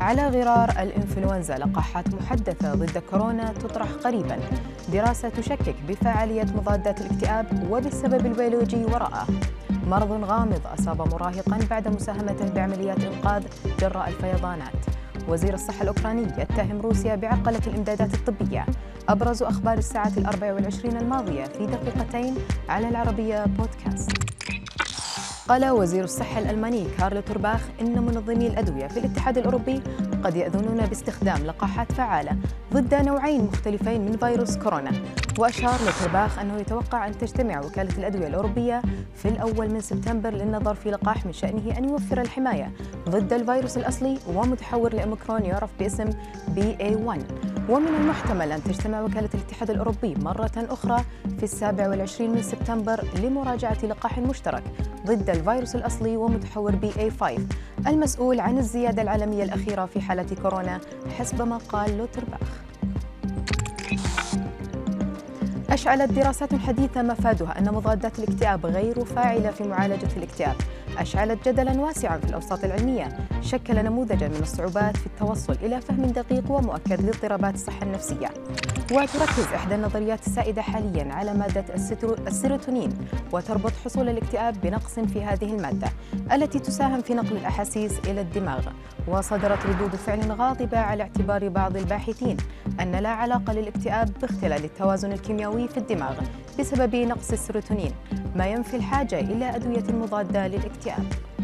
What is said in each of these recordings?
على غرار الإنفلونزا، لقاحات محدثة ضد كورونا تطرح قريباً. دراسة تشكك بفعالية مضادات الاكتئاب وبالسبب البيولوجي وراءه. مرض غامض أصاب مراهقاً بعد مساهمته بعمليات إنقاذ جراء الفيضانات. وزير الصحة الأوكراني يتهم روسيا بعرقلة الإمدادات الطبية. أبرز أخبار الساعة 24 الماضية في دقيقتين على العربية بودكاست. قال وزير الصحة الألماني كارل تورباخ إن منظمي الأدوية في الاتحاد الأوروبي قد يأذنون باستخدام لقاحات فعالة ضد نوعين مختلفين من فيروس كورونا. وأشار لتورباخ أنه يتوقع أن تجتمع وكالة الأدوية الأوروبية في الأول من سبتمبر للنظر في لقاح من شأنه أن يوفر الحماية ضد الفيروس الأصلي ومتحور لأوميكرون يعرف باسم BA1. ومن المحتمل أن تجتمع وكالة الاتحاد الأوروبي مرة أخرى في 27 من سبتمبر لمراجعة لقاح مشترك ضد الفيروس الأصلي ومتحور BA5 المسؤول عن الزيادة العالمية الأخيرة في حالة كورونا حسب ما قال لوترباخ. أشعلت دراسات حديثة مفادها أن مضادات الاكتئاب غير فاعلة في معالجة الاكتئاب. أشعلت جدلاً واسعاً في الأوساط العلمية، شكل نموذجاً من الصعوبات في التوصل إلى فهم دقيق ومؤكد لاضطرابات الصحة النفسية. وتركز إحدى النظريات السائدة حالياً على مادة السيروتونين، وتربط حصول الاكتئاب بنقص في هذه المادة التي تساهم في نقل الأحاسيس إلى الدماغ. وصدرت ردود فعل غاضبة على اعتبار بعض الباحثين أن لا علاقة للاكتئاب باختلال التوازن الكيميائي في الدماغ بسبب نقص السيروتونين، ما ينفي الحاجة إلى أدوية مضادة للاكتئاب.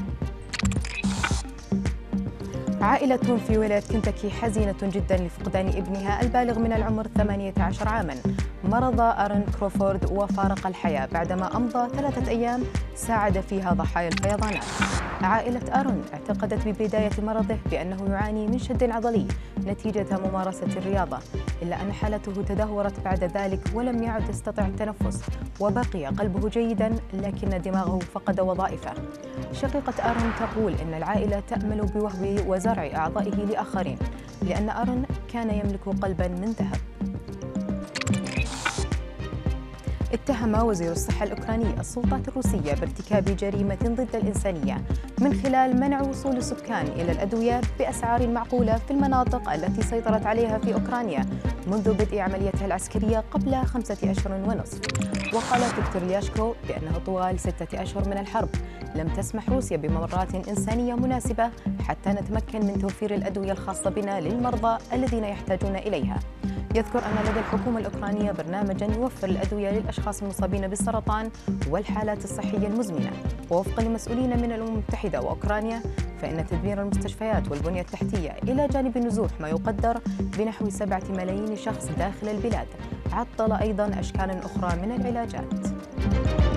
عائلة في ولاية كنتاكي حزينة جدا لفقدان ابنها البالغ من العمر 18 عاما. مرض آرون كروفورد وفارق الحياة بعدما أمضى 3 أيام ساعد فيها ضحايا الفيضانات. عائلة آرون اعتقدت ببداية مرضه بأنه يعاني من شد عضلي نتيجة ممارسة الرياضة، إلا أن حالته تدهورت بعد ذلك ولم يعد يستطيع التنفس، وبقي قلبه جيدا لكن دماغه فقد وظائفه. شقيقة آرون تقول إن العائلة تأمل بوهبه وزرع أعضائه لآخرين، لأن آرون كان يملك قلبا من ذهب. اتهم وزير الصحة الأوكراني السلطات الروسية بارتكاب جريمة ضد الإنسانية من خلال منع وصول السكان إلى الأدوية بأسعار معقولة في المناطق التي سيطرت عليها في أوكرانيا منذ بدء عمليتها العسكرية قبل 5 أشهر ونصف. وقال فيكتور لياشكو بأنه طوال 6 أشهر من الحرب لم تسمح روسيا بممرات إنسانية مناسبة حتى نتمكن من توفير الأدوية الخاصة بنا للمرضى الذين يحتاجون إليها. يذكر أن لدى الحكومة الأوكرانية برنامجاً يوفر الأدوية للأشخاص المصابين بالسرطان والحالات الصحية المزمنة. ووفقاً لمسؤولين من الأمم المتحدة وأوكرانيا، فإن تدمير المستشفيات والبنية التحتية إلى جانب النزوح ما يقدر بنحو 7 ملايين شخص داخل البلاد عطل أيضاً أشكالاً أخرى من العلاجات.